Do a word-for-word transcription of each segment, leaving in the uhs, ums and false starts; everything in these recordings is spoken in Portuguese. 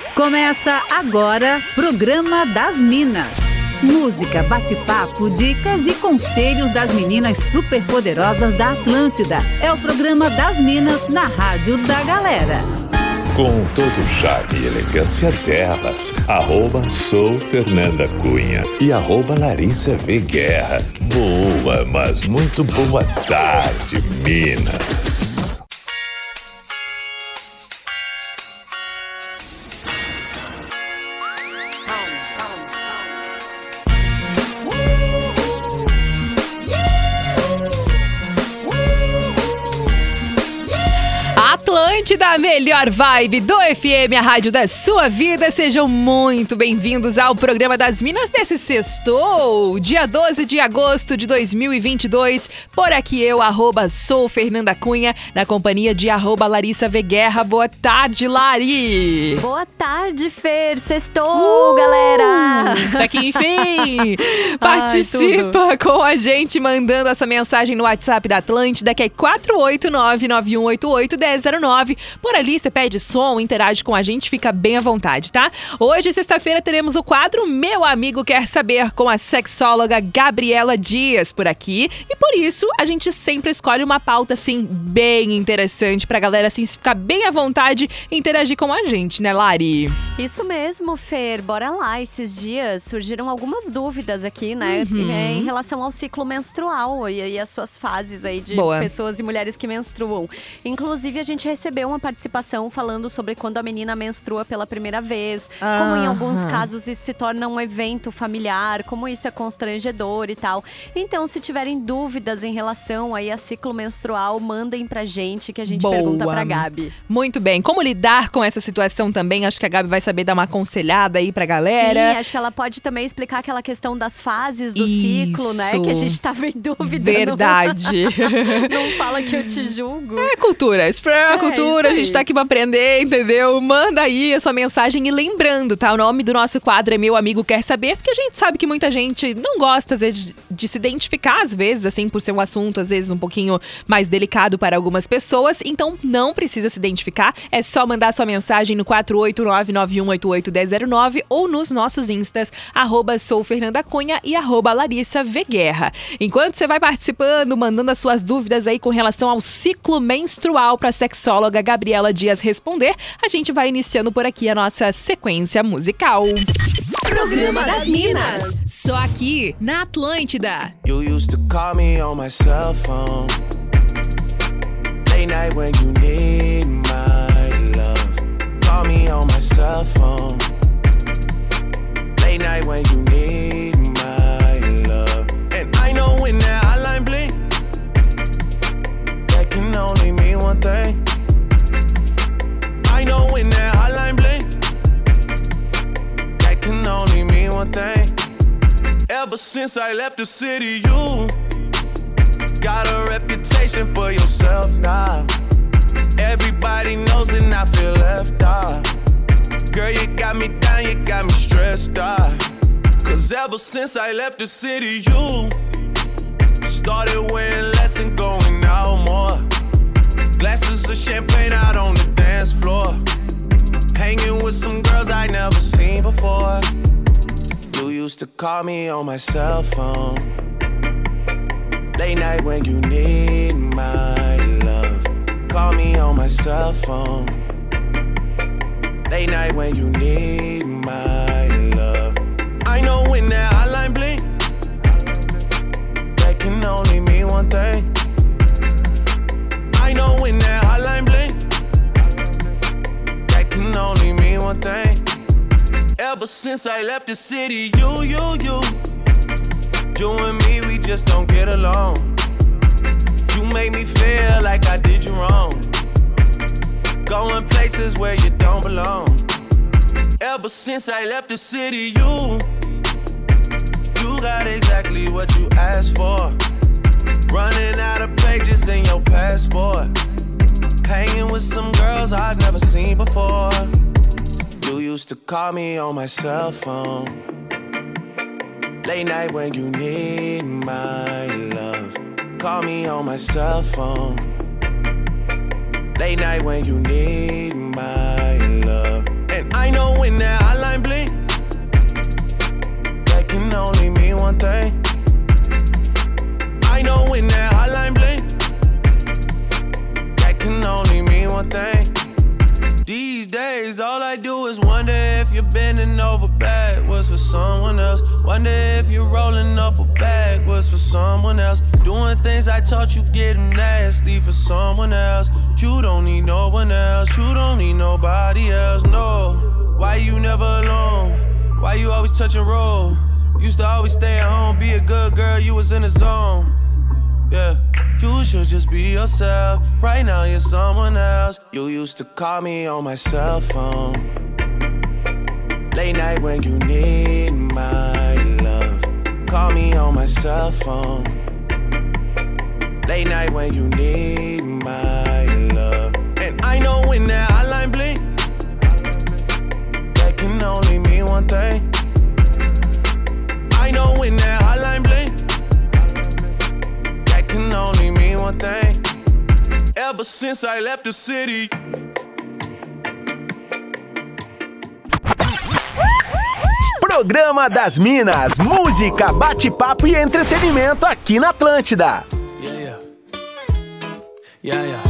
Começa agora, Programa das Minas. Música, bate-papo, dicas e conselhos das meninas superpoderosas da Atlântida. É o Programa das Minas na Rádio da Galera. Com todo o charme e elegância delas, arroba sou Fernanda Cunha e arroba Larissa V. Guerra. Boa, mas muito boa tarde, Minas. Da melhor vibe do F M, a rádio da sua vida. Sejam muito bem-vindos ao Programa das Minas desse sextou, dia doze de agosto de dois mil e vinte e dois. Por aqui eu, arroba sou Fernanda Cunha, na companhia de arroba Larissa V. Guerra. Boa tarde, Lari! Boa tarde, Fer! Sextou, uh, galera! Daqui, enfim! Participa Ai, com a gente, mandando essa mensagem no WhatsApp da Atlântida, que é quatro oito nove, nove um oito oito, um zero zero nove. Por ali você pede som, interage com a gente, fica bem à vontade, tá? Hoje, sexta-feira, teremos o quadro Meu Amigo Quer Saber, com a sexóloga Gabriela Dias por aqui. E por isso, a gente sempre escolhe uma pauta, assim, bem interessante pra galera, assim, ficar bem à vontade e interagir com a gente, né, Lari? Isso mesmo, Fer. Bora lá. Esses dias surgiram algumas dúvidas aqui, né? Uhum. Em relação ao ciclo menstrual e, e as suas fases aí de Boa. pessoas e mulheres que menstruam. Inclusive, a gente recebeu uma participação falando sobre quando a menina menstrua pela primeira vez, ah, como em alguns casos isso se torna um evento familiar, como isso é constrangedor e tal. Então, se tiverem dúvidas em relação aí a ciclo menstrual, mandem pra gente que a gente Boa. pergunta pra Gabi. Muito bem. Como lidar com essa situação também? Acho que a Gabi vai saber dar uma aconselhada aí pra galera. Sim, acho que ela pode também explicar aquela questão das fases do isso. ciclo, né? Que a gente tava em dúvida. Verdade. Não, não fala que eu te julgo. É cultura, isso é, é cultura, a gente tá aqui pra aprender, entendeu? Manda aí a sua mensagem e lembrando, tá? O nome do nosso quadro é Meu Amigo Quer Saber, porque a gente sabe que muita gente não gosta, às vezes, de, de se identificar, às vezes, assim, por ser um assunto, às vezes, um pouquinho mais delicado para algumas pessoas. Então, não precisa se identificar, é só mandar sua mensagem no quatro oito nove, nove um oito oito, um zero zero nove ou nos nossos instas, arroba sou Fernanda Cunha e arroba Larissa V. Guerra. Enquanto você vai participando, mandando as suas dúvidas aí com relação ao ciclo menstrual para a sexóloga Gabriela Dias responder, a gente vai iniciando por aqui a nossa sequência musical. Programa das Minas, só aqui na Atlântida. You used to call me on my cell phone, late night when you need my love. Call me on my cell phone, late night when you need my love. And I know when that hotline blink, that can only mean one thing. I know when that hotline blink, that can only mean one thing. Ever since I left the city, you got a reputation for yourself now. Everybody knows and I feel left out. Girl, you got me down, you got me stressed out. Cause ever since I left the city, you started wearing less and going out more. Glasses of champagne out on the dance floor, hanging with some girls I never seen before. You used to call me on my cell phone, late night when you need my love. Call me on my cell phone, late night when you need my love. I know when that hotline blink, that can only mean one thing. I know when that hotline blink, that can only mean one thing. Ever since I left the city, you, you, you, you and me, we just don't get along. You make me feel like I did you wrong, going places where you don't belong. Ever since I left the city, you, you got exactly what you asked for. Running out of pages in your passport, hanging with some girls I've never seen before. You used to call me on my cell phone, late night when you need my love. Call me on my cell phone, late night when you need my love. And I know when these days, all I do is wonder if you're bending over backwards for someone else. Wonder if you're rolling up a backwards for someone else. Doing things I taught you, getting nasty for someone else. You don't need no one else, you don't need nobody else, no. Why you never alone? Why you always touch and roll? Used to always stay at home, be a good girl, you was in the zone. Yeah, you should just be yourself. Right now you're someone else. You used to call me on my cell phone, late night when you need my love. Call me on my cell phone, late night when you need my love. And I know when that hotline blink, that can only mean one thing. I know when that hotline blink, that can only mean one thing. Ever since I left the city. Programa das Minas, música, bate-papo e entretenimento aqui na Atlântida. Yeah, yeah. Yeah,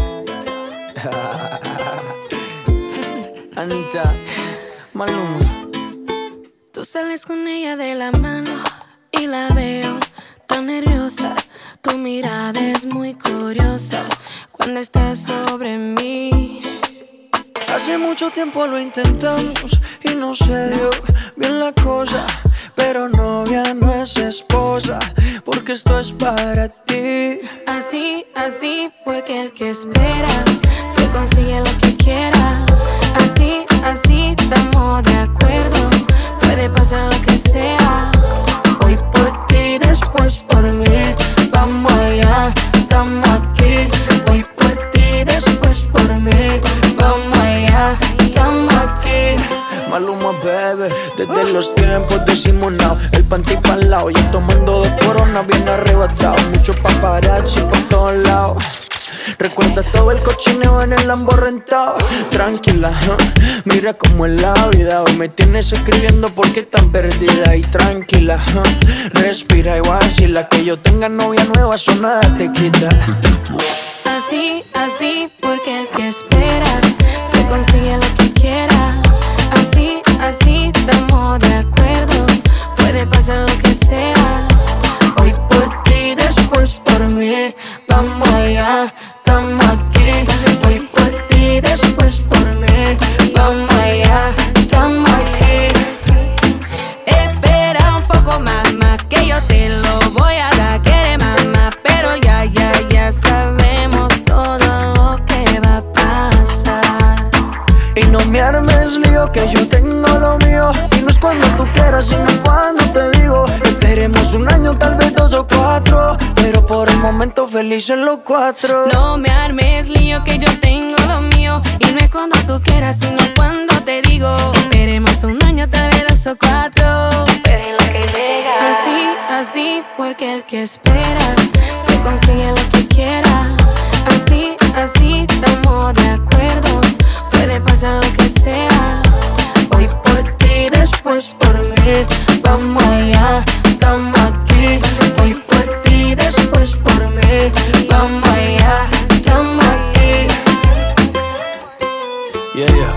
yeah. Anitta, Maluma. Tú sales con ella de la mano y la veo tan nerviosa. Tu mirada es muy curiosa cuando estás sobre mí. Hace mucho tiempo lo intentamos y no se dio bien la cosa, pero novia no es esposa, porque esto es para ti. Así, así, porque el que espera se consigue lo que quiera. Así, así, estamos de acuerdo, puede pasar lo que sea. Hoy por ti, después por mí, vamos allá, estamos aquí. Hoy por ti, después por mí, vamos allá, estamos aquí. Maluma, bebé, desde los tiempos de Simonao, el panty pa'l lado, yo tomando dos coronas bien arrebatado. Mucho paparazzi por todos lados. Recuerda todo el cochineo en el Lambo rentado. Tranquila, huh? Mira cómo es la vida. Hoy me tienes escribiendo porque tan perdida. Y tranquila, huh? Respira y vacila. Que yo tenga novia nueva, eso nada te quita. Así, así, porque el que espera se consigue lo que quiera. Así, así, estamos de acuerdo, puede pasar lo que sea. Hoy por ti, después por mí, vamos allá, estamos aquí. Hoy por ti, después por mí, vamos allá, estamos aquí. Espera un poco, mamá, que yo te lo voy a dar. Quiere mamá, pero ya, ya, ya sabemos todo lo que va a pasar. Y no me armes lío, que yo tengo lo mío. Y no es cuando tú quieras, sino cuando te digo. Esperemos un año, tal vez dos o cuatro, pero por el momento felices los cuatro. No me armes lío, que yo tengo lo mío. Y no es cuando tú quieras, sino cuando te digo. Esperemos un año, tal vez dos o cuatro, pero en lo que llega. Así, así, porque el que espera se consigue lo que quiera. Así, así, estamos de acuerdo, puede pasar lo que sea. Hoy por ti, después por mí, vamos allá, estamos aquí. Hoy por ti, después por mí, vamos allá, estamos aquí. Yeah, yeah.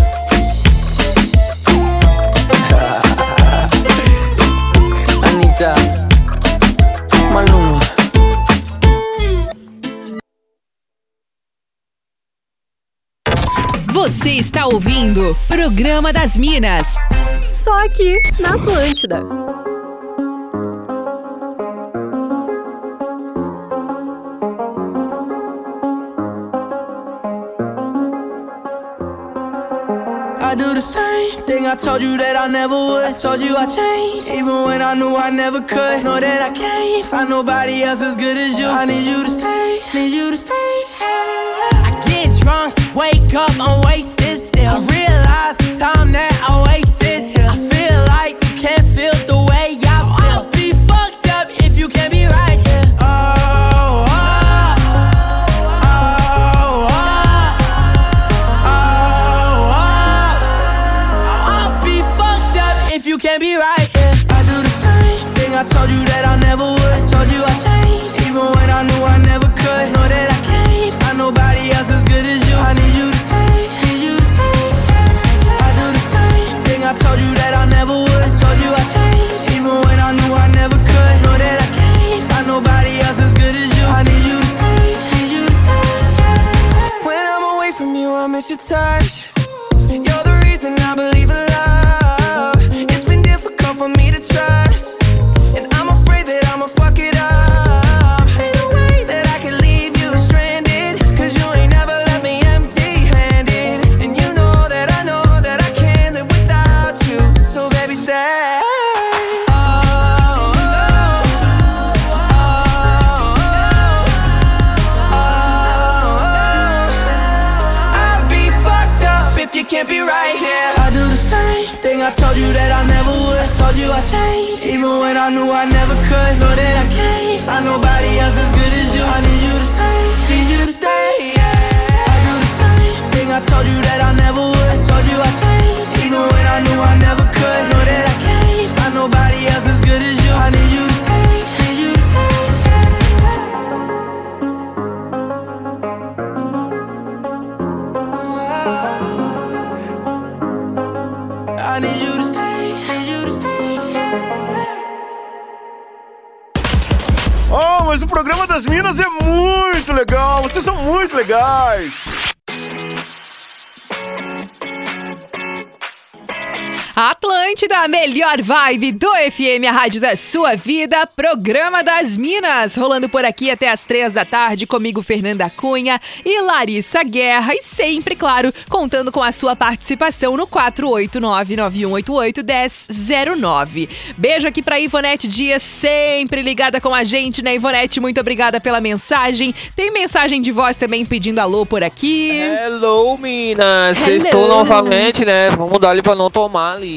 Anitta, Maluma. Você está ouvindo Programa das Minas. Só aqui na Atlântida. I do the same thing I told you that I never would. I told you I changed, even when I knew I never could. Know that I can't find nobody else as good as you. I need you to stay, need you to stay. I get drunk, wake up, I'm wasted still. I realize the time that I wasted here. I feel like you can't feel the way I feel. I'll be fucked up if you can't be right here. Oh, oh, oh, oh, oh, oh. I'll be fucked up if you can't be right here. I do the same thing I told you that I never would. I told you I changed, even when I knew I never could. Know that I can't find nobody else as good as you. I need you to stay, need you to stay. I believe in love. It's been difficult for me to trust, and I'm afraid that I'ma fuck it up. Ain't no way that I can leave you stranded, cause you ain't never left me empty-handed. And you know that I know that I can't live without you, so baby stay. You can't be right here. I do the same thing I told you that I never would. I told you I changed, even when I knew I never could. Know that I can't find nobody else as good as you. I need you to stay, need you to stay, yeah. I do the same thing I told you that I never would. I told you I changed, even when I knew I never could. Know that I can't find nobody else as good as you. I need you to stay, need you to stay. I need you to stay, need you to stay. Oh, mas o programa das Minas é muito legal. Vocês são muito legais. Atlântida, a melhor vibe do F M, a rádio da sua vida, programa das Minas, rolando por aqui até as três da tarde, comigo Fernanda Cunha e Larissa Guerra, e sempre, claro, contando com a sua participação no quatro oito nove, nove um oito oito, um zero zero nove. Beijo aqui pra Ivonete Dias, sempre ligada com a gente, né, Ivonete? Muito obrigada pela mensagem. Tem mensagem de voz também pedindo alô por aqui. Hello, Minas! Sextou novamente, né? Vamos dar ali pra não tomar ali.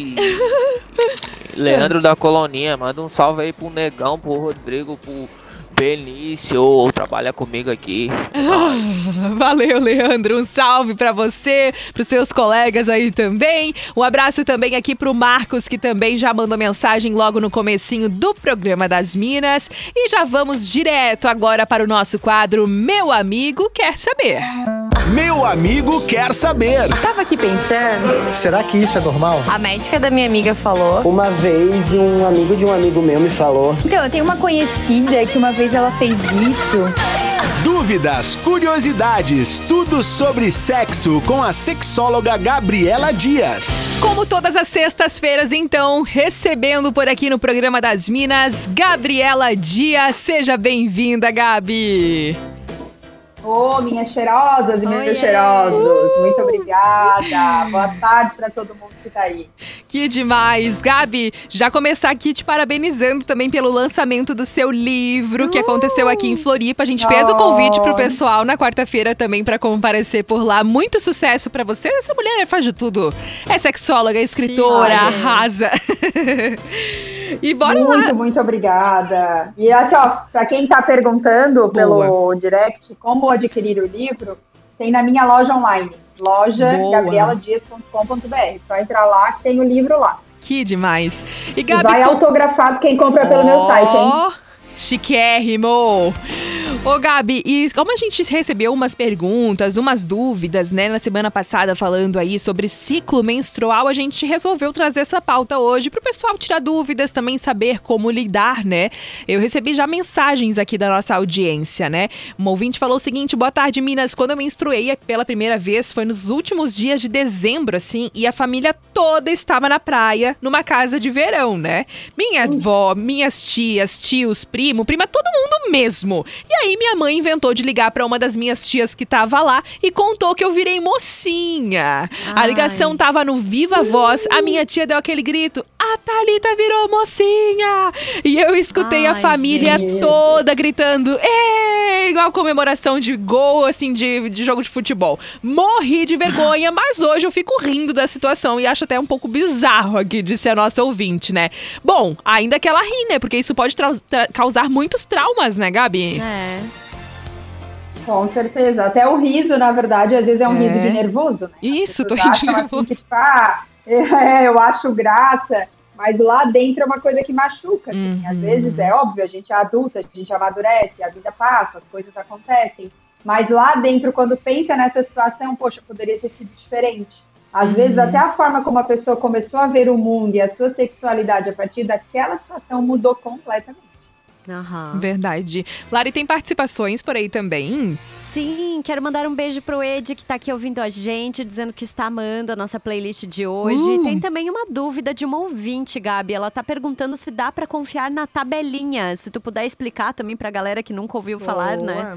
Leandro da Coloninha, manda um salve aí pro Negão, pro Rodrigo, pro Benício, trabalha comigo aqui. Valeu, Leandro, um salve pra você, pros seus colegas aí também. Um abraço também aqui pro Marcos, que também já mandou mensagem logo no comecinho do programa das Minas. E já vamos direto agora para o nosso quadro Meu Amigo Quer Saber. Meu Amigo Quer Saber. Tava aqui pensando, será que isso é normal? A médica da minha amiga falou. Uma vez um amigo de um amigo meu me falou. Então, eu tenho uma conhecida que uma vez ela fez isso. Dúvidas, curiosidades, tudo sobre sexo com a sexóloga Gabriela Dias. Como todas as sextas-feiras, então, recebendo por aqui no programa das Minas, Gabriela Dias. Seja bem-vinda, Gabi. Ô, oh, minhas cheirosas e meus Oi, cheirosos, uh! muito obrigada. Boa tarde para todo mundo que tá aí. Que demais. Gabi, já começar aqui te parabenizando também pelo lançamento do seu livro, que aconteceu aqui em Floripa. A gente fez o convite pro pessoal na quarta-feira também para comparecer por lá. Muito sucesso para você. Essa mulher faz de tudo. É sexóloga, é escritora, sim, arrasa. E bora muito, lá. Muito, muito obrigada. E assim, ó, pra quem tá perguntando pelo Boa. direct como adquirir o livro, tem na minha loja online, loja gabriela dias ponto com ponto b r. Só entrar lá que tem o livro lá. Que demais. E, Gabi, e vai com... autografado quem compra pelo oh, meu site, hein? Chiquérrimo. Ô, Gabi, e como a gente recebeu umas perguntas, umas dúvidas, né, na semana passada falando aí sobre ciclo menstrual, a gente resolveu trazer essa pauta hoje pro pessoal tirar dúvidas, também saber como lidar, né? Eu recebi já mensagens aqui da nossa audiência, né? Uma ouvinte falou o seguinte: boa tarde, Minas. Quando eu menstruei pela primeira vez foi nos últimos dias de dezembro, assim, e a família toda estava na praia, numa casa de verão, né? Minha avó, minhas tias, tios, primo, prima, todo mundo mesmo. E aí minha mãe inventou de ligar pra uma das minhas tias que tava lá e contou que eu virei mocinha. Ai. A ligação tava no Viva Voz, a minha tia deu aquele grito: a Thalita virou mocinha! E eu escutei Ai, a família gente. toda gritando, é igual comemoração de gol, assim, de, de jogo de futebol. Morri de vergonha, mas hoje eu fico rindo da situação e acho até um pouco bizarro aqui, disse a nossa ouvinte, né? Bom, ainda que ela ri, né? Porque isso pode tra- tra- causar muitos traumas, né, Gabi? É. Com certeza. Até o riso, na verdade, às vezes é um é. riso de nervoso, né? Isso, tô rindo de nervoso. Assim, tipo, ah, é, eu acho graça, mas lá dentro é uma coisa que machuca. Assim. Uhum. Às vezes, é óbvio, a gente é adulta, a gente amadurece, a vida passa, as coisas acontecem. Mas lá dentro, quando pensa nessa situação, poxa, poderia ter sido diferente. Às uhum. vezes, até a forma como a pessoa começou a ver o mundo e a sua sexualidade a partir daquela situação mudou completamente. Aham. Verdade. Lari, tem participações por aí também? Sim, quero mandar um beijo pro Ed, que tá aqui ouvindo a gente, dizendo que está amando a nossa playlist de hoje. Uh. Tem também uma dúvida de uma ouvinte, Gabi. Ela tá perguntando se dá pra confiar na tabelinha. Se tu puder explicar também pra galera que nunca ouviu Boa. falar, né?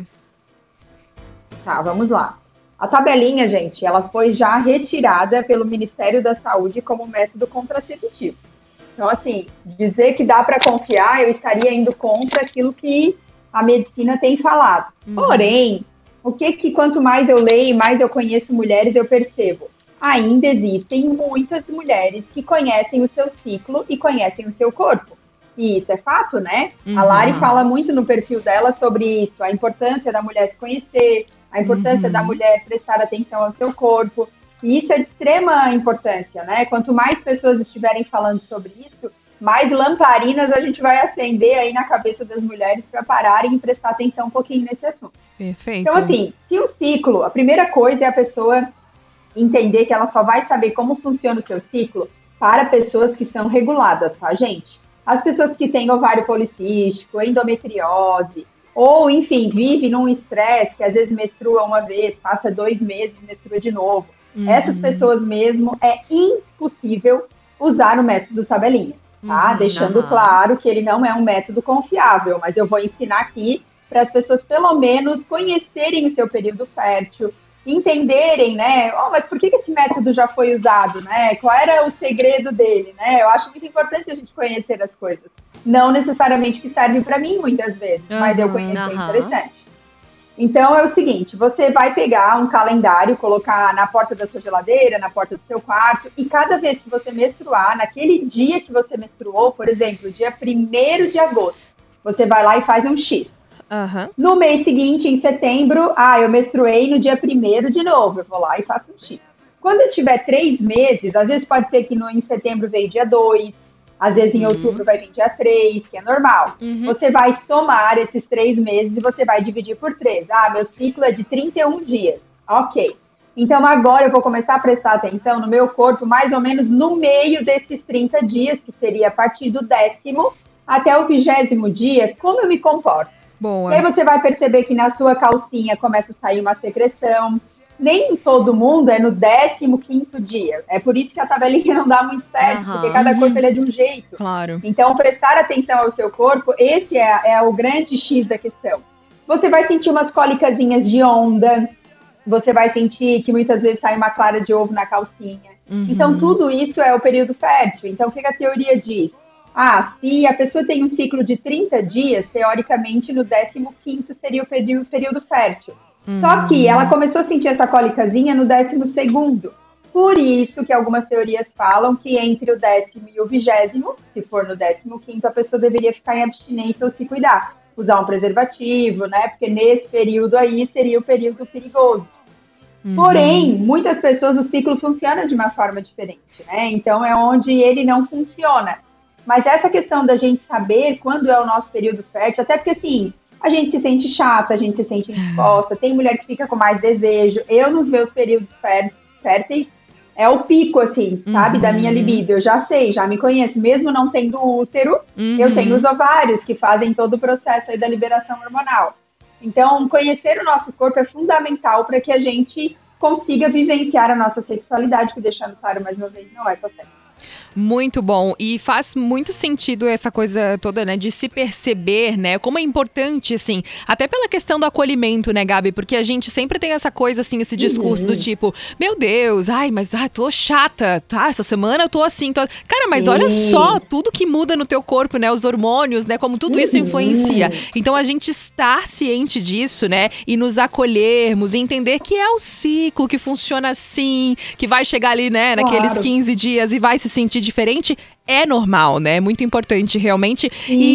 Tá, vamos lá. A tabelinha, gente, ela foi já retirada pelo Ministério da Saúde como método contraceptivo. Então, assim, dizer que dá para confiar, eu estaria indo contra aquilo que a medicina tem falado. Uhum. Porém, o que que quanto mais eu leio, mais eu conheço mulheres, eu percebo. Ainda existem muitas mulheres que conhecem o seu ciclo e conhecem o seu corpo. E isso é fato, né? Uhum. A Lari fala muito no perfil dela sobre isso, a importância da mulher se conhecer, a importância uhum. da mulher prestar atenção ao seu corpo. E isso é de extrema importância, né? Quanto mais pessoas estiverem falando sobre isso, mais lamparinas a gente vai acender aí na cabeça das mulheres para pararem e prestar atenção um pouquinho nesse assunto. Perfeito. Então, assim, se o ciclo, a primeira coisa é a pessoa entender que ela só vai saber como funciona o seu ciclo para pessoas que são reguladas, tá, gente? As pessoas que têm ovário policístico, endometriose, ou, enfim, vive num estresse, que às vezes menstrua uma vez, passa dois meses, menstrua de novo. Uhum. Essas pessoas mesmo, é impossível usar o método tabelinha, tá? Uhum. Deixando uhum. claro que ele não é um método confiável, mas eu vou ensinar aqui para as pessoas, pelo menos, conhecerem o seu período fértil, entenderem, né? Oh, mas por que esse método já foi usado, né? Qual era o segredo dele, né? Eu acho muito importante a gente conhecer as coisas. Não necessariamente que serve para mim, muitas vezes, uhum, mas eu conhecer uhum. é interessante. Então, é o seguinte, você vai pegar um calendário, colocar na porta da sua geladeira, na porta do seu quarto, e cada vez que você menstruar, naquele dia que você menstruou, por exemplo, dia primeiro de agosto, você vai lá e faz um X. Uhum. No mês seguinte, em setembro, ah, eu menstruei no dia primeiro de novo, eu vou lá e faço um X. Quando eu tiver três meses, às vezes pode ser que no, em setembro veio dia dois, às vezes em uhum. outubro vai vir dia três, que é normal. Uhum. Você vai somar esses três meses e você vai dividir por três. Ah, meu ciclo é de trinta e um dias. Ok. Então agora eu vou começar a prestar atenção no meu corpo mais ou menos no meio desses trinta dias, que seria a partir do décimo até o vigésimo dia, como eu me comporto. Boa. E aí você vai perceber que na sua calcinha começa a sair uma secreção. Nem todo mundo é no décimo quinto dia. É por isso que a tabelinha não dá muito certo, uhum. porque cada corpo ele é de um jeito. Claro. Então, prestar atenção ao seu corpo, esse é, é o grande X da questão. Você vai sentir umas cólicazinhas de onda, você vai sentir que muitas vezes sai uma clara de ovo na calcinha. Uhum. Então, tudo isso é o período fértil. Então, o que a teoria diz? Ah, se a pessoa tem um ciclo de trinta dias, teoricamente, no décimo quinto seria o período, período fértil. Uhum. Só que ela começou a sentir essa cólicazinha no décimo segundo. Por isso que algumas teorias falam que entre o décimo e o vigésimo, se for no décimo quinto, a pessoa deveria ficar em abstinência ou se cuidar. Usar um preservativo, né? Porque nesse período aí seria o período perigoso. Uhum. Porém, muitas pessoas o ciclo funciona de uma forma diferente, né? Então é onde ele não funciona. Mas essa questão da gente saber quando é o nosso período fértil, até porque assim, a gente se sente chata, a gente se sente indisposta, tem mulher que fica com mais desejo. Eu, nos meus períodos férteis, é o pico, assim, sabe, uhum. da minha libido. Eu já sei, já me conheço. Mesmo não tendo útero, uhum. eu tenho os ovários, que fazem todo o processo aí da liberação hormonal. Então, conhecer o nosso corpo é fundamental para que a gente consiga vivenciar a nossa sexualidade, que, deixando claro mais uma vez, não é só sexo. Muito bom, e faz muito sentido essa coisa toda, né, de se perceber, né, como é importante, assim, até pela questão do acolhimento, né, Gabi, porque a gente sempre tem essa coisa, assim, esse discurso uhum. do tipo, meu Deus, ai, mas ai, tô chata, tá, essa semana eu tô assim, tô... cara, mas Sim. olha só, tudo que muda no teu corpo, né, os hormônios, né, como tudo isso influencia, então a gente estar ciente disso, né, e nos acolhermos, e entender que é o ciclo, que funciona assim, que vai chegar ali, né, naqueles claro. quinze dias e vai se sentir diferente, é normal, né? É muito importante, realmente.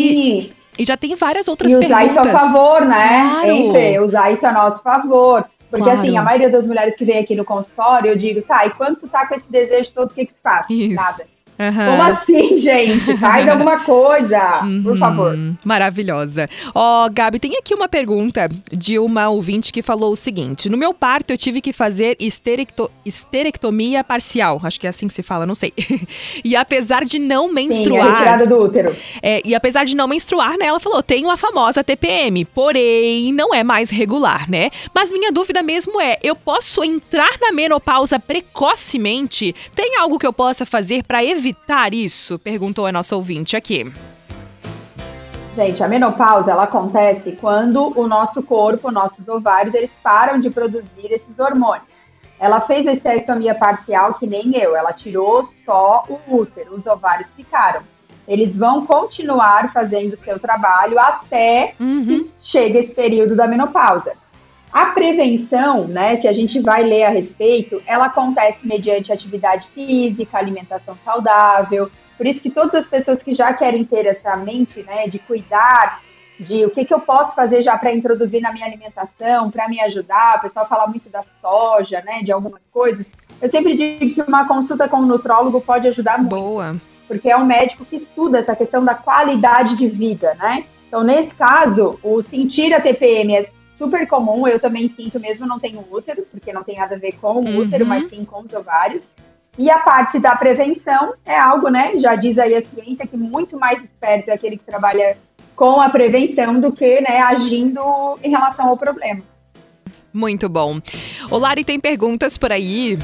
E, e já tem várias outras perguntas. E usar perguntas. isso a favor, né? Claro. Enfim, usar isso a nosso favor. Porque, claro. assim, a maioria das mulheres que vem aqui no consultório, eu digo, tá, e quando tu tá com esse desejo todo, o que que tu faz? Isso. Nada. Uhum. Como assim, gente? Faz alguma coisa, uhum. por favor. Maravilhosa. Ó, oh, Gabi, tem aqui uma pergunta de uma ouvinte que falou o seguinte. No meu parto, eu tive que fazer histerecto- histerectomia parcial. Acho que é assim que se fala, não sei. E apesar de não menstruar... Sim, é retirada do útero. É, e apesar de não menstruar, né, ela falou, tenho a famosa T P M, porém não é mais regular, né? Mas minha dúvida mesmo é, eu posso entrar na menopausa precocemente? Tem algo que eu possa fazer para evitar isso? Perguntou a nossa ouvinte aqui. Gente, a menopausa, ela acontece quando o nosso corpo, nossos ovários, eles param de produzir esses hormônios. Ela fez a histerectomia parcial que nem eu, ela tirou só o útero, os ovários ficaram. Eles vão continuar fazendo o seu trabalho até uhum. que chegue esse período da menopausa. A prevenção, né, se a gente vai ler a respeito, ela acontece mediante atividade física, alimentação saudável. Por isso que todas as pessoas que já querem ter essa mente, né, de cuidar de o que, que eu posso fazer já para introduzir na minha alimentação, para me ajudar. O pessoal fala muito da soja, né, de algumas coisas. Eu sempre digo que uma consulta com um nutrólogo pode ajudar muito. Boa. Porque é um médico que estuda essa questão da qualidade de vida, né? Então, nesse caso, o sentir a T P M é super comum. Eu também sinto, mesmo não tenho útero, porque não tem nada a ver com o uhum. útero, mas sim com os ovários. E a parte da prevenção é algo, né? Já diz aí a ciência que muito mais esperto é aquele que trabalha com a prevenção do que, né, agindo em relação ao problema. Muito bom. O Lari tem perguntas por aí.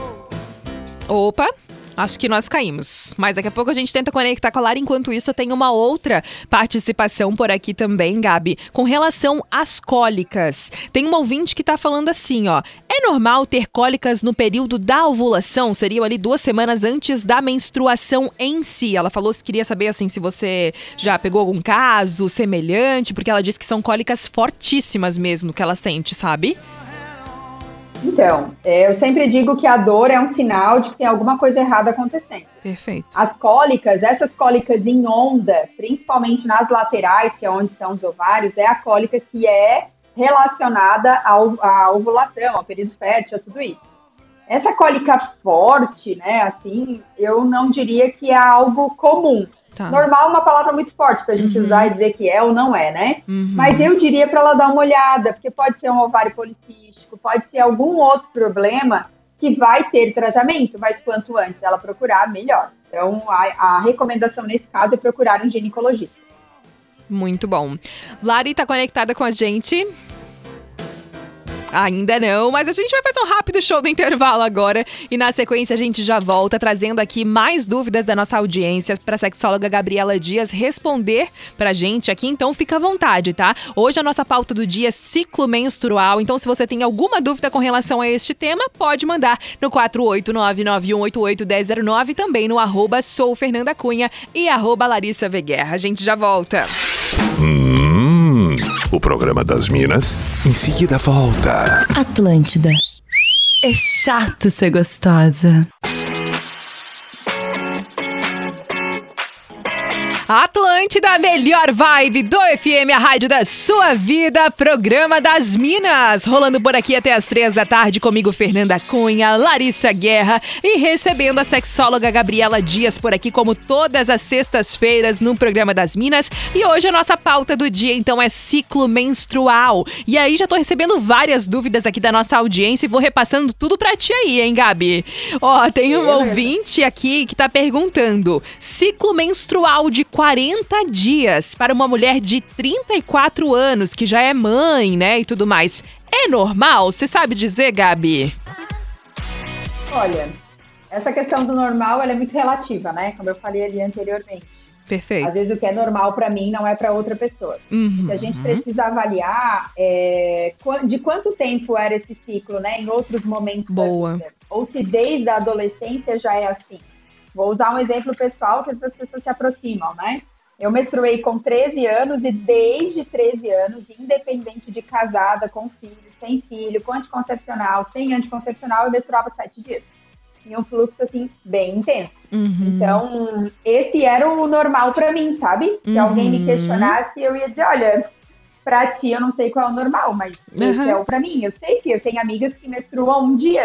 Opa! Acho que nós caímos, mas daqui a pouco a gente tenta conectar com a Lara. Enquanto isso, eu tenho uma outra participação por aqui também, Gabi, com relação às cólicas. Tem uma ouvinte que tá falando assim, ó. É normal ter cólicas no período da ovulação? Seriam ali duas semanas antes da menstruação em si. Ela falou se queria saber, assim, se você já pegou algum caso semelhante, porque ela disse que são cólicas fortíssimas mesmo que ela sente, sabe? Então, eu sempre digo que a dor é um sinal de que tem alguma coisa errada acontecendo. Perfeito. As cólicas, essas cólicas em onda, principalmente nas laterais, que é onde estão os ovários, é a cólica que é relacionada à ovulação, ao período fértil, a tudo isso. Essa cólica forte, né, assim, eu não diria que é algo comum. Tá. Normal é uma palavra muito forte pra gente uhum. usar e dizer que é ou não é, né? Uhum. Mas eu diria pra ela dar uma olhada, porque pode ser um ovário policístico, pode ser algum outro problema que vai ter tratamento, mas quanto antes ela procurar, melhor. Então, a, a recomendação nesse caso é procurar um ginecologista. Muito bom. Lari tá conectada com a gente? Ainda não, mas a gente vai fazer um rápido show do intervalo agora e na sequência a gente já volta trazendo aqui mais dúvidas da nossa audiência para a sexóloga Gabriela Dias responder pra gente aqui, então fica à vontade, tá? Hoje a nossa pauta do dia é ciclo menstrual, então se você tem alguma dúvida com relação a este tema, pode mandar no quatro oito nove nove um oito oito um zero zero nove, também no arroba sou Fernanda Cunha e arroba Larissa Veguerra. A gente já volta. Hum, o programa das Minas em seguida volta. Atlântida. É chato ser gostosa. Atlântida, a melhor vibe do F M, a rádio da sua vida, programa das Minas. Rolando por aqui até as três da tarde comigo, Fernanda Cunha, Larissa Guerra e recebendo a sexóloga Gabriela Dias por aqui, como todas as sextas-feiras no programa das Minas. E hoje a nossa pauta do dia, então, é ciclo menstrual. E aí já tô recebendo várias dúvidas aqui da nossa audiência e vou repassando tudo pra ti aí, hein, Gabi? Ó, tem um ouvinte aqui que tá perguntando: ciclo menstrual de quarenta dias para uma mulher de trinta e quatro anos, que já é mãe, né, e tudo mais. É normal? Você sabe dizer, Gabi? Olha, essa questão do normal, ela é muito relativa, né? Como eu falei ali anteriormente. Perfeito. Às vezes o que é normal para mim não é para outra pessoa. Uhum. O que a gente precisa avaliar é de quanto tempo era esse ciclo, né? Em outros momentos Boa. da vida. Ou se desde a adolescência já é assim. Vou usar um exemplo pessoal que as pessoas se aproximam, né? Eu menstruei com treze anos e desde treze anos, independente de casada, com filho, sem filho, com anticoncepcional, sem anticoncepcional, eu menstruava sete dias. Em um fluxo, assim, bem intenso. Uhum. Então, esse era o normal pra mim, sabe? Se uhum. alguém me questionasse, eu ia dizer, olha, pra ti eu não sei qual é o normal, mas uhum. esse é o pra mim. Eu sei que eu tenho amigas que menstruam um dia.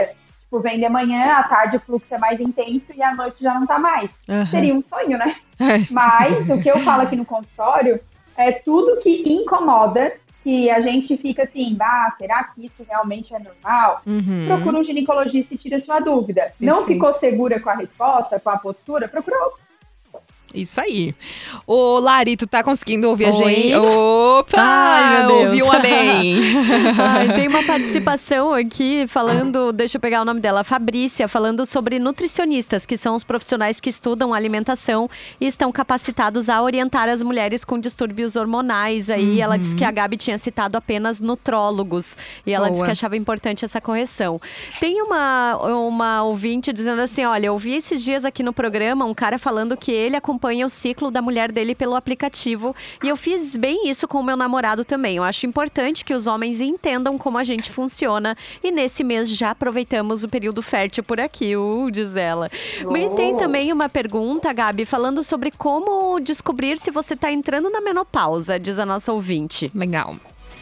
tipo, vem de manhã, à tarde o fluxo é mais intenso e à noite já não tá mais. Uhum. Seria um sonho, né? Mas o que eu falo aqui no consultório é tudo que incomoda, que a gente fica assim, ah, será que isso realmente é normal? Uhum. Procura um ginecologista e tira sua dúvida. Perfeito. Não ficou segura com a resposta, com a postura? Procura outro. Isso aí. Ô, Lari, tu tá conseguindo ouvir Oi? a gente? Opa! Ai, meu Deus. Ouviu um amém. Ai, tem uma participação aqui falando, deixa eu pegar o nome dela, Fabrícia, falando sobre nutricionistas, que são os profissionais que estudam alimentação e estão capacitados a orientar as mulheres com distúrbios hormonais. Aí uhum. ela disse que a Gabi tinha citado apenas nutrólogos e ela Boa. disse que achava importante essa correção. Tem uma, uma ouvinte dizendo assim, olha, eu vi esses dias aqui no programa um cara falando que ele acompanha acompanha o ciclo da mulher dele pelo aplicativo. E eu fiz bem isso com o meu namorado também. Eu acho importante que os homens entendam como a gente funciona. E nesse mês já aproveitamos o período fértil por aqui, uh, diz ela. Oh. E tem também uma pergunta, Gabi, falando sobre como descobrir se você está entrando na menopausa, diz a nossa ouvinte. Legal.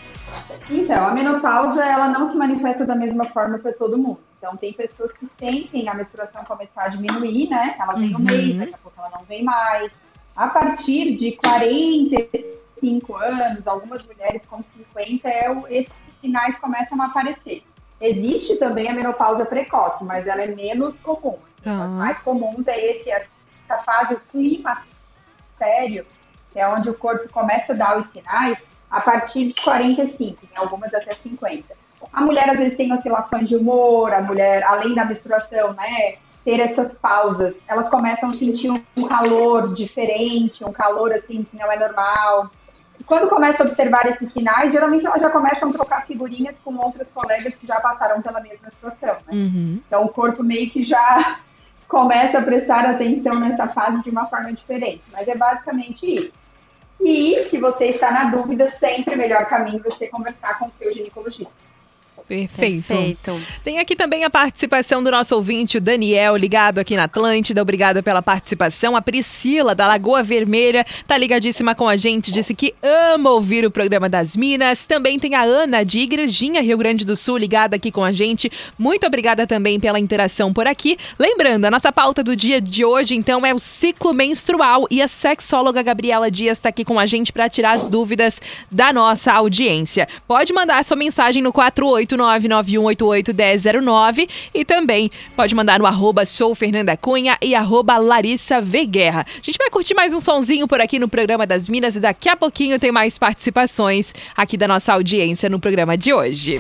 Então, a menopausa, ela não se manifesta da mesma forma para todo mundo. Então, tem pessoas que sentem a menstruação começar a diminuir, né? Ela vem um mês, daqui a pouco ela não vem mais. A partir de quarenta e cinco anos, algumas mulheres com cinquenta, é o, esses sinais começam a aparecer. Existe também a menopausa precoce, mas ela é menos comum. Assim. Uhum. As mais comuns é esse, essa fase, o climatério, que é onde o corpo começa a dar os sinais, a partir de quarenta e cinco, em algumas até cinquenta. A mulher, às vezes, tem oscilações de humor, a mulher, além da menstruação, né, ter essas pausas, elas começam a sentir um calor diferente, um calor, assim, que não é normal. E quando começa a observar esses sinais, geralmente elas já começam a trocar figurinhas com outras colegas que já passaram pela mesma situação, né? Uhum. Então, o corpo meio que já começa a prestar atenção nessa fase de uma forma diferente. Mas é basicamente isso. E, se você está na dúvida, sempre o melhor caminho é você conversar com o seu ginecologista. Perfeito. Perfeito. Tem aqui também a participação do nosso ouvinte, o Daniel, ligado aqui na Atlântida. Obrigada pela participação. A Priscila, da Lagoa Vermelha, tá ligadíssima com a gente. Disse que ama ouvir o programa das Minas. Também tem a Ana, de Igrejinha, Rio Grande do Sul, ligada aqui com a gente. Muito obrigada também pela interação por aqui. Lembrando, a nossa pauta do dia de hoje, então, é o ciclo menstrual. E a sexóloga Gabriela Dias está aqui com a gente para tirar as dúvidas da nossa audiência. Pode mandar sua mensagem no quatro oito nove nove um oito oito um zero zero nove e também pode mandar no arroba sou Fernanda Cunha e arroba Larissa V. Guerra. A gente vai curtir mais um sonzinho por aqui no programa das Minas e daqui a pouquinho tem mais participações aqui da nossa audiência no programa de hoje.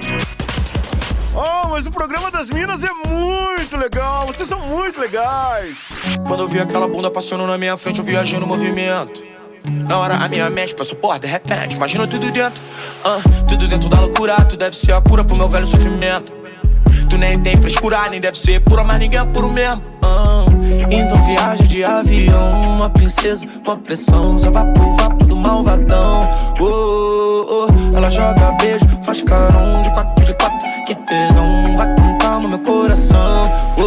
Oh, mas o programa das Minas é muito legal, vocês são muito legais. Quando eu vi aquela bunda passando na minha frente, eu viajei no movimento. Na hora a minha mente passou por de repente, imagina tudo dentro, uh, tudo dentro da loucura. Tu deve ser a cura pro meu velho sofrimento. Tu nem tem frescura, nem deve ser pura, mas ninguém é puro mesmo, uh. Então viaja de avião, uma princesa, uma pressão. Só vapo, vapo do malvadão, oh, oh, oh. Ela joga beijo, faz carão de quatro, de quatro. Que tesão, vai com calma meu coração, oh,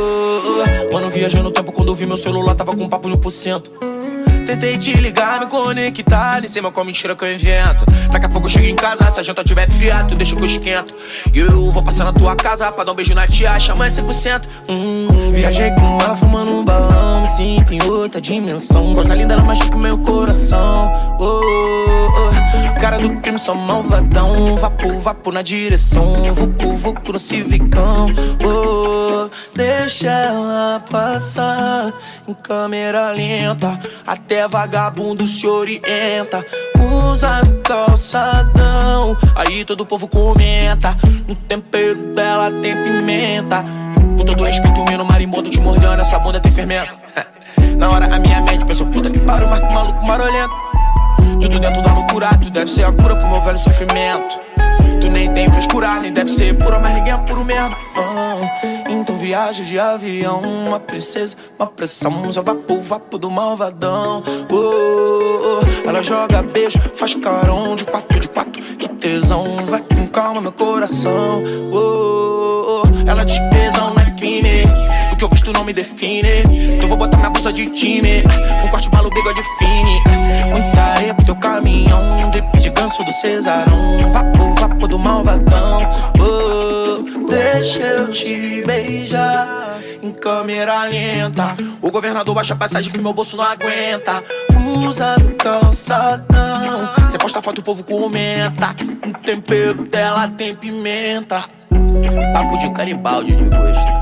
oh, oh. Mano, viajei no tempo quando eu vi meu celular, tava com papo mil por cento. Tentei te ligar, me conectar, nem sei mal qual mentira que eu invento. Daqui a pouco eu chego em casa, se a janta tiver fria, tu deixa que eu esquento. E eu vou passar na tua casa pra dar um beijo na tia, chama cem por cento. hum, Viajei com ela fumando um balão, me sinto em outra dimensão. Coisa linda, ela machuca o meu coração, oh, oh, oh. Cara do crime, só malvadão. Vapo, vapo na direção, vucu, vucu no civicão, oh. Deixa ela passar em câmera lenta, até vagabundo se orienta. Usa calçadão, aí todo o povo comenta. No tempero dela tem pimenta. Com todo respeito, menino marimbondo te mordendo, essa bunda tem fermento. Na hora a minha mente pensou, puta que pariu, mas que maluco marolento. Tudo dentro da loucura, tu deve ser a cura pro meu velho sofrimento. Tu nem tem frescura, nem deve ser pura, mas ninguém é puro mesmo, uh. Então viaja de avião, uma princesa, uma pressão. Só vapo, vapo do malvadão, oh, oh, oh. Ela joga beijo, faz carão de quatro, de quatro. Que tesão, vai com calma meu coração, oh, oh, oh. Ela diz que tesão não é crime, o que eu visto não me define. Então vou botar minha bolsa de time, um corte malo, bigode fine. Muita areia pro teu caminhão, drip de ganso do Cesarão. Vapo, vapo do malvadão, oh, oh. deixa eu te beijar em câmera lenta. O governador baixa a passagem que meu bolso não aguenta. Usando calçadão, cê posta foto e o povo comenta. O tempero dela tem pimenta. Papo de caribaldi de gosto.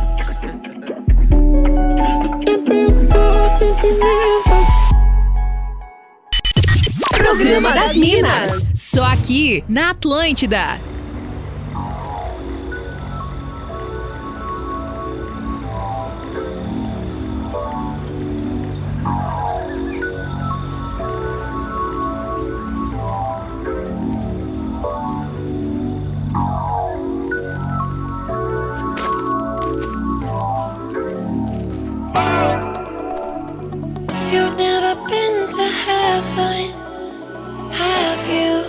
O tempero dela tem pimenta. Programa das Minas, só aqui na Atlântida. You've never been to heaven, have you?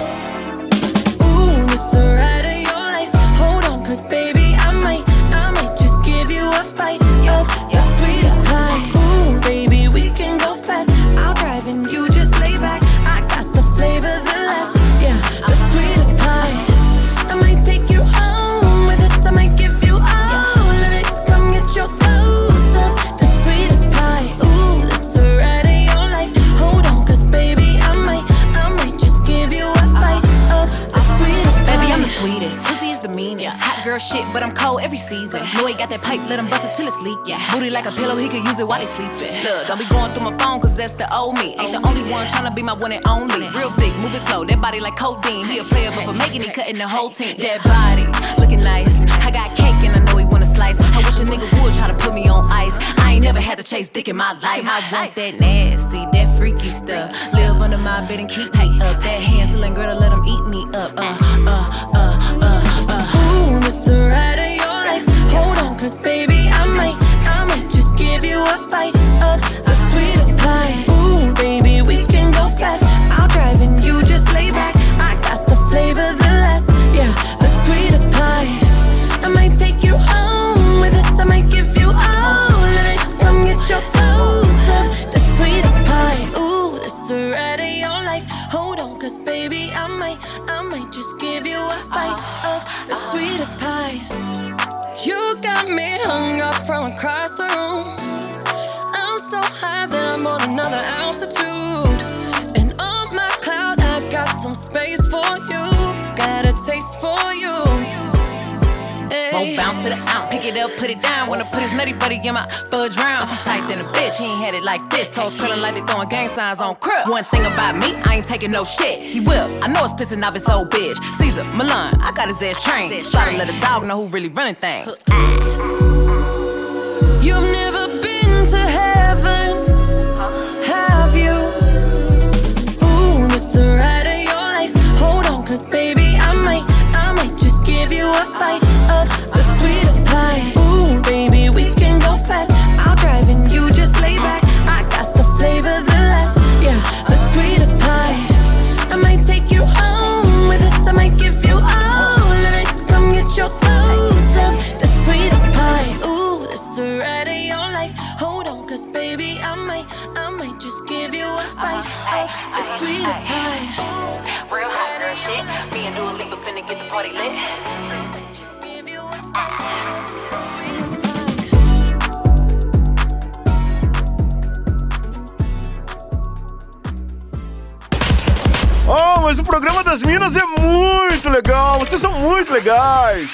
Ooh, this the ride of your life. Hold on, cause baby, I might, I might just give you a bite of your sweetest pie. Ooh, baby, we can go fast. I'll drive and you just lay back. I got the flavor, the last, yeah, the sweetest pie. I might take you home with us. I might give you all of it. Come get your dose of the sweetest pie. Ooh, this the ride of your life. Hold on, cause baby, I might, I might just give you a bite of the sweetest pie. Baby, I'm the sweetest. Pussy is the meanest. Hot girl shit, but I'm cold every season. Know he got that pipe, let him bust it till it's leak. Yeah. Booty like a pillow, he could use it while he sleeping. Look, don't be going through my phone, cause that's the old me. Ain't the only one tryna be my one and only. Real thick, moving slow, that body like codeine. He a player, but for making it, cutting the whole team. That body, looking nice. I got cake and I know he wanna slice. I wish a nigga would try to put me on ice. I ain't never had to chase dick in my life. I want that nasty, that freaky stuff. Live under my bed and keep me up. That hand-selling girl to let him eat me up. Uh, uh, uh, uh, uh. Ooh, this the ride of your life. Hold on, cause baby, I might, I might just give you a bite of the sweetest pie. Ooh, baby, we can go fast. I'll drive and you just lay back. I got the flavor, the last, yeah, the sweetest pie. I might take you home with us. I might give you all of it. Come get your dose of the sweetest pie. Ooh, this the ride of your life. Hold on, cause baby, I might, I might just give you a bite of the sweetest pie. You got me hung up from across the room. I'm so high that I'm on another altitude. And on my cloud, I got some space for you. Got a taste for you. Won't bounce to the ounce. Pick it up, put it down. Wanna put his nutty buddy in my fudge round. I'm tight than a bitch, he ain't had it like this. Toes curling like they throwing gang signs on crib. One thing about me, I ain't taking no shit. He will, I know it's pissing off his old bitch. Caesar, Milan, I got his ass trained. Try to let a dog know who really running things. You've never been to heaven, have you? Ooh, this the ride of your life. Hold on, cause baby, I might, I might just give you a bite of the sweetest pie. Ooh, baby, we can go fast. I'll drive and you just lay back. I got the flavor, the last, yeah, the sweetest pie. I might take you home with us. I might give you all of it. Come get your dose of the sweetest pie. Ooh, this the ride of your life. Hold on, cause baby, I might, I might just give you a bite of the sweetest pie. Real hot girl shit. Me and Dua Lipa finna get the party lit. Oh, mas o programa das Minas é muito legal. Vocês são muito legais.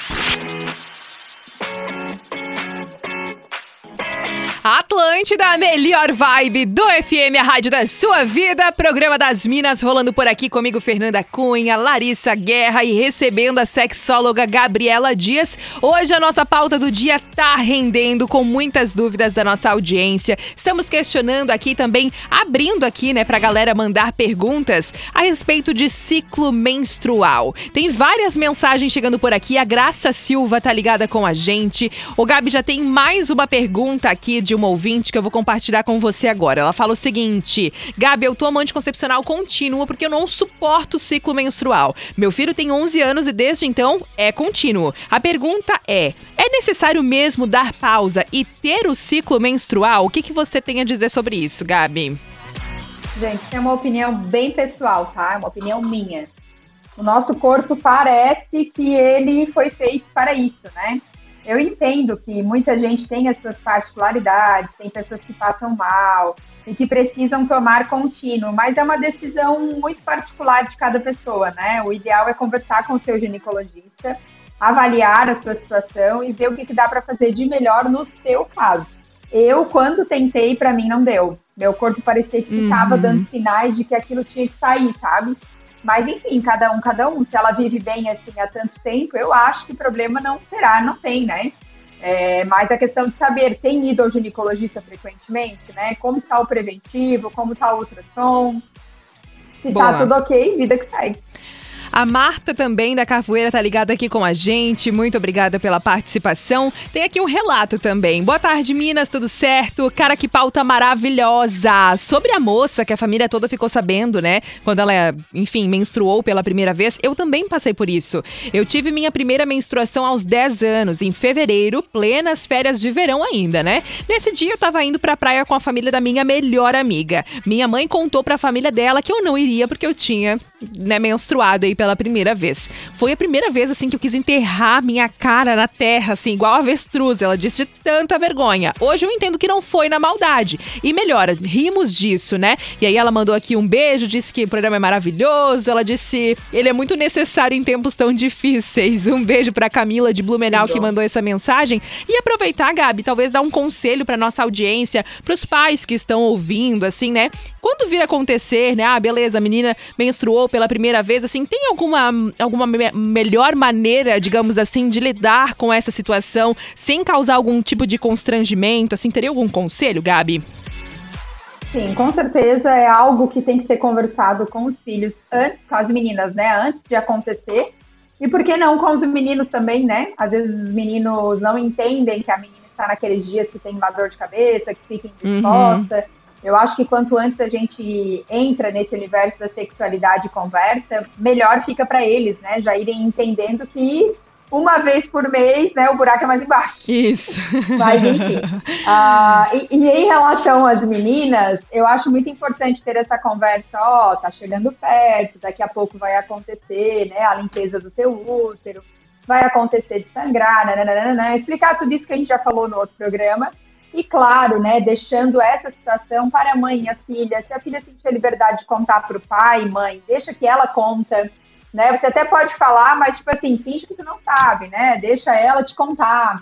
Atlântida, a melhor vibe do F M, a rádio da sua vida. Programa das Minas rolando por aqui comigo, Fernanda Cunha, Larissa Guerra e recebendo a sexóloga Gabriela Dias. Hoje a nossa pauta do dia tá rendendo com muitas dúvidas da nossa audiência. Estamos questionando aqui também, abrindo aqui, né, pra galera mandar perguntas a respeito de ciclo menstrual. Tem várias mensagens chegando por aqui. A Graça Silva tá ligada com a gente. O Gabi já tem mais uma pergunta aqui de uma ouvinte que eu vou compartilhar com você agora. Ela fala o seguinte: Gabi, eu tomo anticoncepcional contínuo porque eu não suporto o ciclo menstrual. Meu filho tem onze anos e desde então é contínuo. A pergunta é, é necessário mesmo dar pausa e ter o ciclo menstrual? O que, que você tem a dizer sobre isso, Gabi? Gente, é uma opinião bem pessoal, tá? É uma opinião minha. O nosso corpo parece que ele foi feito para isso, né? eu entendo que muita gente tem as suas particularidades, tem pessoas que passam mal e que precisam tomar contínuo, mas é uma decisão muito particular de cada pessoa, né? O ideal é conversar com o seu ginecologista, avaliar a sua situação e ver o que, que dá para fazer de melhor no seu caso. Eu, quando tentei, para mim não deu. Meu corpo parecia que ficava uhum. dando sinais de que aquilo tinha que sair, sabe? Mas, enfim, cada um, cada um. Se ela vive bem assim há tanto tempo, eu acho que o problema não será, não tem, né? É, mas a questão de saber, tem ido ao ginecologista frequentemente, né? Como está o preventivo, como está o ultrassom. Se Boa. tá tudo ok, vida que segue. A Marta também da Carvoeira tá ligada aqui com a gente. Muito obrigada pela participação. Tem aqui um relato também. Boa tarde, Minas, tudo certo? Cara, que pauta maravilhosa. Sobre a moça que a família toda ficou sabendo, né? Quando ela, enfim, menstruou pela primeira vez. Eu também passei por isso. Eu tive minha primeira menstruação aos dez anos, em fevereiro, plenas férias de verão ainda, né? Nesse dia eu tava indo pra praia com a família da minha melhor amiga. Minha mãe contou pra família dela que eu não iria porque eu tinha, né, menstruado aí pela primeira vez. Foi a primeira vez, assim, que eu quis enterrar minha cara na terra, assim, igual a avestruz. Ela disse de tanta vergonha. Hoje eu entendo que não foi na maldade. E melhor, rimos disso, né? E aí ela mandou aqui um beijo, disse que o programa é maravilhoso. Ela disse, ele é muito necessário em tempos tão difíceis. Um beijo pra Camila de Blumenau que mandou essa mensagem. E aproveitar, Gabi, talvez dar um conselho pra nossa audiência, pros pais que estão ouvindo, assim, né? Quando vir acontecer, né? Ah, beleza, a menina menstruou pela primeira vez, assim, tem alguma, alguma me- melhor maneira, digamos assim, de lidar com essa situação sem causar algum tipo de constrangimento, assim, teria algum conselho, Gabi? Sim, com certeza é algo que tem que ser conversado com os filhos antes, com as meninas, né, antes de acontecer, e por que não com os meninos também, né? Às vezes os meninos não entendem que a menina está naqueles dias que tem uma dor de cabeça, que fica indisposta. Uhum. Eu acho que quanto antes a gente entra nesse universo da sexualidade e conversa, melhor fica para eles, né? Já irem entendendo que uma vez por mês, né, o buraco é mais embaixo. Isso. Mas, enfim. Uh, e, e em relação às meninas, eu acho muito importante ter essa conversa, ó, oh, tá chegando perto, daqui a pouco vai acontecer, né, a limpeza do teu útero, vai acontecer de sangrar, nananana, explicar tudo isso que a gente já falou no outro programa. E claro, né, deixando essa situação para a mãe e a filha. Se a filha sentir a liberdade de contar para o pai, mãe, deixa que ela conta, né? Você até pode falar, mas tipo assim, finge que tu não sabe, né? Deixa ela te contar.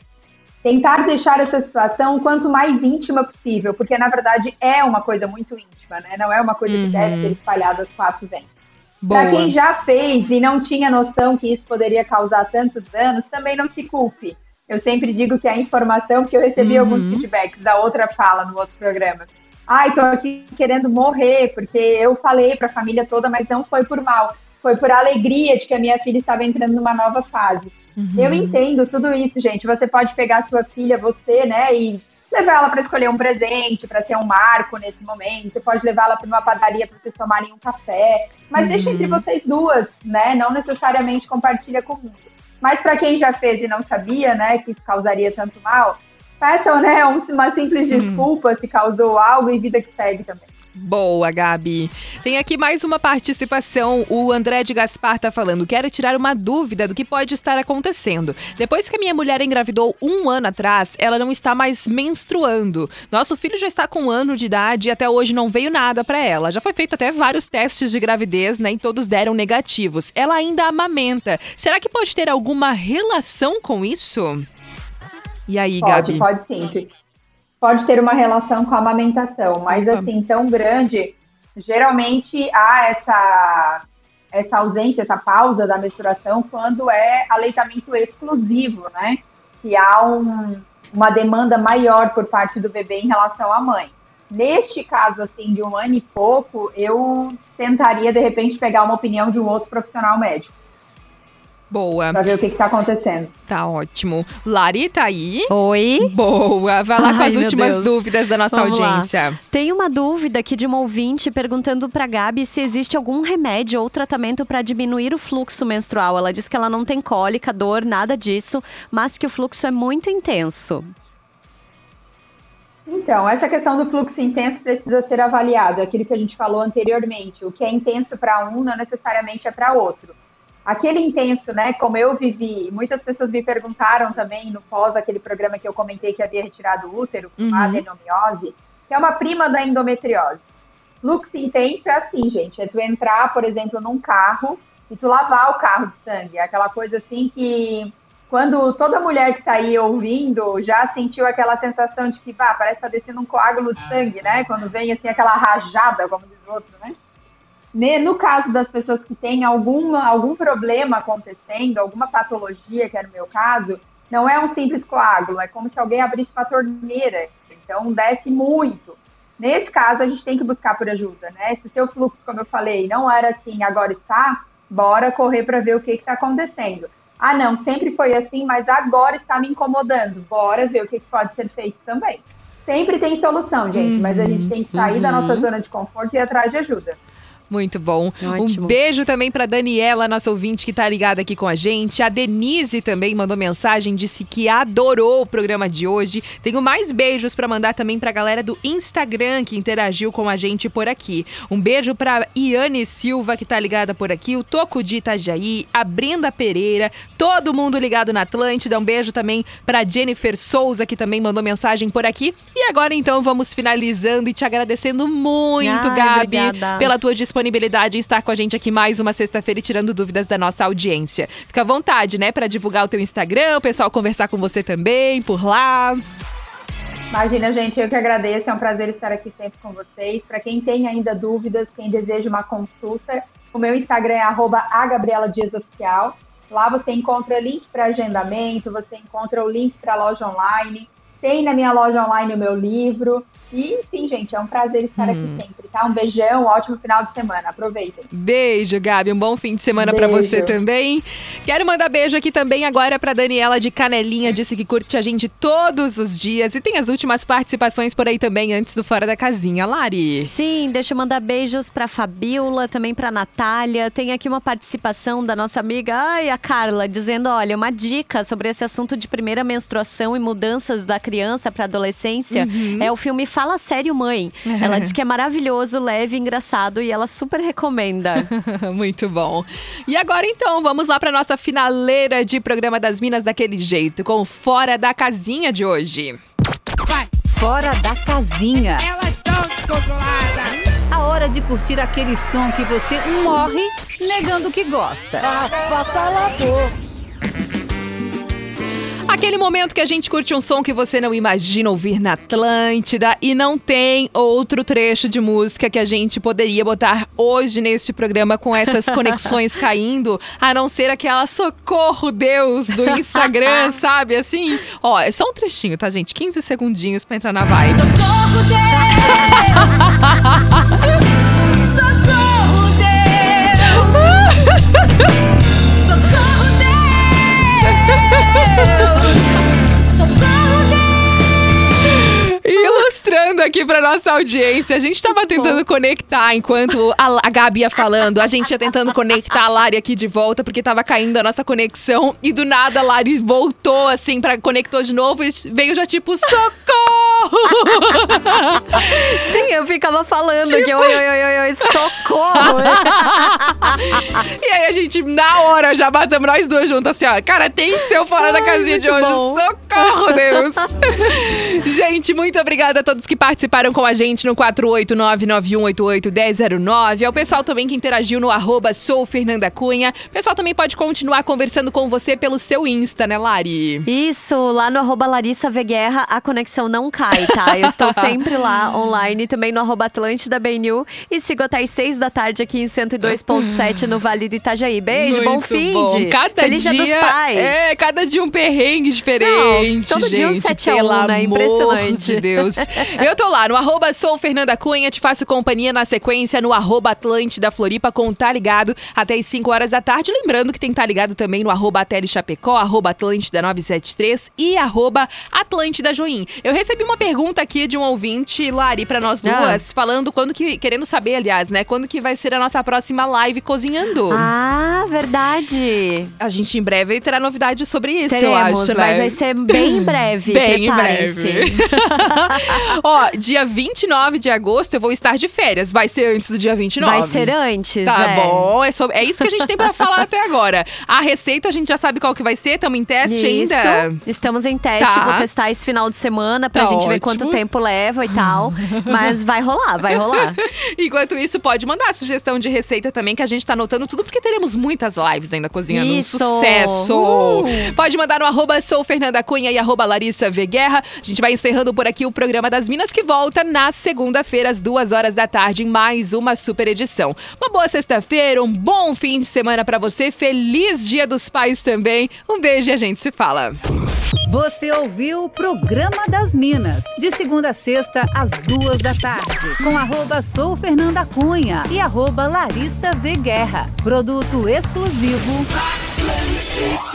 Tentar deixar essa situação o quanto mais íntima possível, porque na verdade é uma coisa muito íntima, né? Não é uma coisa que uhum. deve ser espalhada aos quatro ventos. Para quem já fez e não tinha noção que isso poderia causar tantos danos, também não se culpe. Eu sempre digo que a informação, porque eu recebi uhum. alguns feedbacks da outra fala no outro programa. Ai, tô aqui querendo morrer, porque eu falei pra família toda, mas não foi por mal. Foi por alegria de que a minha filha estava entrando numa nova fase. Uhum. Eu entendo tudo isso, gente. Você pode pegar a sua filha, você, né, e levar ela para escolher um presente, para ser um marco nesse momento. Você pode levar ela para uma padaria para vocês tomarem um café. Mas uhum. deixa entre vocês duas, né? Não necessariamente compartilha com o mundo. Mas para quem já fez e não sabia, né, que isso causaria tanto mal, peçam, né, uma simples desculpa hum. se causou algo e vida que segue também. Boa, Gabi. Tem aqui mais uma participação. O André de Gaspar tá falando: quero tirar uma dúvida do que pode estar acontecendo. Depois que a minha mulher engravidou um ano atrás, ela não está mais menstruando. Nosso filho já está com um ano de idade e até hoje não veio nada para ela. Já foi feito até vários testes de gravidez, né? E todos deram negativos. Ela ainda amamenta. Será que pode ter alguma relação com isso? E aí, pode, Gabi? Pode, pode sim. Pode ter uma relação com a amamentação, mas Opa. assim, tão grande, geralmente há essa, essa ausência, essa pausa da menstruação quando é aleitamento exclusivo, né? Que há um, uma demanda maior por parte do bebê em relação à mãe. Neste caso, assim, de um ano e pouco, eu tentaria, de repente, pegar uma opinião de um outro profissional médico. Boa. Pra ver o que que tá acontecendo. Tá ótimo. Lari, tá aí? Oi. Boa. Vai lá Ai, com as últimas Deus. dúvidas da nossa Vamos audiência. Lá. Tem uma dúvida aqui de uma ouvinte perguntando pra Gabi se existe algum remédio ou tratamento pra diminuir o fluxo menstrual. Ela diz que ela não tem cólica, dor, nada disso, mas que o fluxo é muito intenso. Então, essa questão do fluxo intenso precisa ser avaliado. É aquilo que a gente falou anteriormente. O que é intenso para um não necessariamente é para outro. aquele intenso, né, como eu vivi, muitas pessoas me perguntaram também no pós aquele programa que eu comentei que havia retirado o útero, uhum. a adenomiose, que é uma prima da endometriose. Fluxo intenso é assim, gente, é tu entrar, por exemplo, num carro e tu lavar o carro de sangue, é aquela coisa assim que quando toda mulher que tá aí ouvindo já sentiu aquela sensação de que, pá, parece que tá descendo um coágulo de sangue, né, quando vem assim aquela rajada, como diz o outro, né? No caso das pessoas que têm alguma, algum problema acontecendo, alguma patologia, que é no meu caso, não é um simples coágulo, é como se alguém abrisse uma torneira, então desce muito. Nesse caso, a gente tem que buscar por ajuda, né? Se o seu fluxo, como eu falei, não era assim, agora está, bora correr para ver o que está acontecendo. Ah, não, sempre foi assim, mas agora está me incomodando, bora ver o que, que pode ser feito também. Sempre tem solução, gente, uhum, mas a gente tem que sair uhum. da nossa zona de conforto e ir atrás de ajuda. Muito bom. Ótimo. Um beijo também para Daniela, nossa ouvinte que tá ligada aqui com a gente. A Denise também mandou mensagem, disse que adorou o programa de hoje. Tenho mais beijos para mandar também pra galera do Instagram que interagiu com a gente por aqui. Um beijo pra Iane Silva que tá ligada por aqui, o Toco de Itajaí, a Brenda Pereira, todo mundo ligado na Atlântida. Um beijo também pra Jennifer Souza que também mandou mensagem por aqui. E agora então vamos finalizando e te agradecendo muito, Ai, Gabi, obrigada. Pela tua disponibilidade disponibilidade em estar com a gente aqui mais uma sexta-feira e tirando dúvidas da nossa audiência. Fica à vontade, né, para divulgar o teu Instagram, o pessoal conversar com você também, por lá. Imagina, gente, eu que agradeço, é um prazer estar aqui sempre com vocês. Para quem tem ainda dúvidas, quem deseja uma consulta, o meu Instagram é arroba a Gabriela Dias Oficial. Lá você encontra link para agendamento, você encontra o link para a loja online, tem na minha loja online o meu livro. E, enfim, gente, é um prazer estar hum. aqui sempre, tá? Um beijão, um ótimo final de semana. Aproveitem. Beijo, Gabi. Um bom fim de semana pra você também. Quero mandar beijo aqui também agora pra Daniela de Canelinha. Disse que curte a gente todos os dias. E tem as últimas participações por aí também, antes do Fora da Casinha. Lari. Sim, deixa eu mandar beijos pra Fabiola, também pra Natália. Tem aqui uma participação da nossa amiga, ai, a Carla, dizendo, olha, uma dica sobre esse assunto de primeira menstruação e mudanças da criança pra adolescência. Uhum. É o filme Fala Sério, Mãe. Ela diz que é maravilhoso, leve, engraçado e ela super recomenda. Muito bom. E agora então, vamos lá para nossa finaleira de Programa das Minas daquele jeito, com o Fora da Casinha de hoje. Vai. Fora da Casinha. Elas estão descontroladas. A hora de curtir aquele som que você morre negando que gosta. Avassalador. Aquele momento que a gente curte um som que você não imagina ouvir na Atlântida e não tem outro trecho de música que a gente poderia botar hoje neste programa com essas conexões caindo, a não ser aquela Socorro Deus do Instagram, sabe? Assim, ó, é só um trechinho, tá, gente? quinze segundinhos pra entrar na vibe. Socorro Deus! Socorro Deus! Socorro Deus! Socorro Deus! Ilustrando aqui pra nossa audiência, a gente tava tentando conectar enquanto a, a Gabi ia falando, a gente ia tentando conectar a Lari aqui de volta, porque tava caindo a nossa conexão, e do nada a Lari voltou assim, pra, conectou de novo e veio já tipo, socorro! Sim, eu ficava falando tipo... que oi, oi, oi, oi, oi, socorro! E aí a gente, na hora, já batemos nós dois juntos assim, ó, cara, tem que ser o Fora Ai, da Casinha de hoje, bom. Socorro, Deus! Gente, muito obrigada a todos que participaram com a gente no quatro oito nove, nove um oito oito, um zero zero nove. Ao pessoal também que interagiu no arroba Sou Fernanda Cunha. O pessoal também pode continuar conversando com você pelo seu Insta, né, Lari? Isso, lá no arroba Larissa V Guerra, a conexão não cai, tá? Eu estou sempre lá, online, também no arroba Atlântida B N U. E sigo até às seis da tarde aqui em cento e dois ponto sete no Vale do Itajaí. Beijo, muito bom fim de cada Feliz dia, Dia dos Pais. É, cada dia um perrengue diferente, não, todo gente, dia um sete a um, né? Impressionante. De Deus. Eu tô lá no arroba Sou Fernanda Cunha, te faço companhia na sequência no arroba Atlântida Floripa com Tá Ligado até as cinco horas da tarde. Lembrando que tem que Tá Ligado também no arroba Ateli Chapecó, arroba Atlântida novecentos e setenta e três e arroba Atlântida Join. Eu recebi uma pergunta aqui de um ouvinte, Lari, pra nós duas, ah. falando quando que, querendo saber, aliás, né, quando que vai ser a nossa próxima live cozinhando. Ah, verdade. A gente em breve terá novidades sobre isso, Teremos, eu acho, mas né? vai ser bem em breve. Bem em breve. Ó, Ó, dia vinte e nove de agosto eu vou estar de férias. Vai ser antes do dia vinte e nove? Vai ser antes, Tá é. bom, é, sobre, é isso que a gente tem pra falar até agora. A receita a gente já sabe qual que vai ser, estamos em teste Isso. ainda. Estamos em teste, Tá. vou testar esse final de semana pra Tá gente ver ótimo. quanto tempo leva e tal. Mas vai rolar, vai rolar. Enquanto isso, pode mandar sugestão de receita também, que a gente tá anotando tudo, porque teremos muitas lives ainda cozinhando. Isso. Um sucesso! Uh. Pode mandar no arroba sou Fernanda Cunha e arroba Larissa V Guerra. A gente vai encerrando por aqui o programa das Minas, que volta na segunda-feira, às duas horas da tarde, em mais uma super edição. Uma boa sexta-feira, um bom fim de semana pra você. Feliz Dia dos Pais também. Um beijo e a gente se fala. Você ouviu o Programa das Minas, de segunda a sexta, às duas da tarde, com arroba sou Fernanda Cunha e arroba Larissa V Guerra. Produto exclusivo. Atlântica.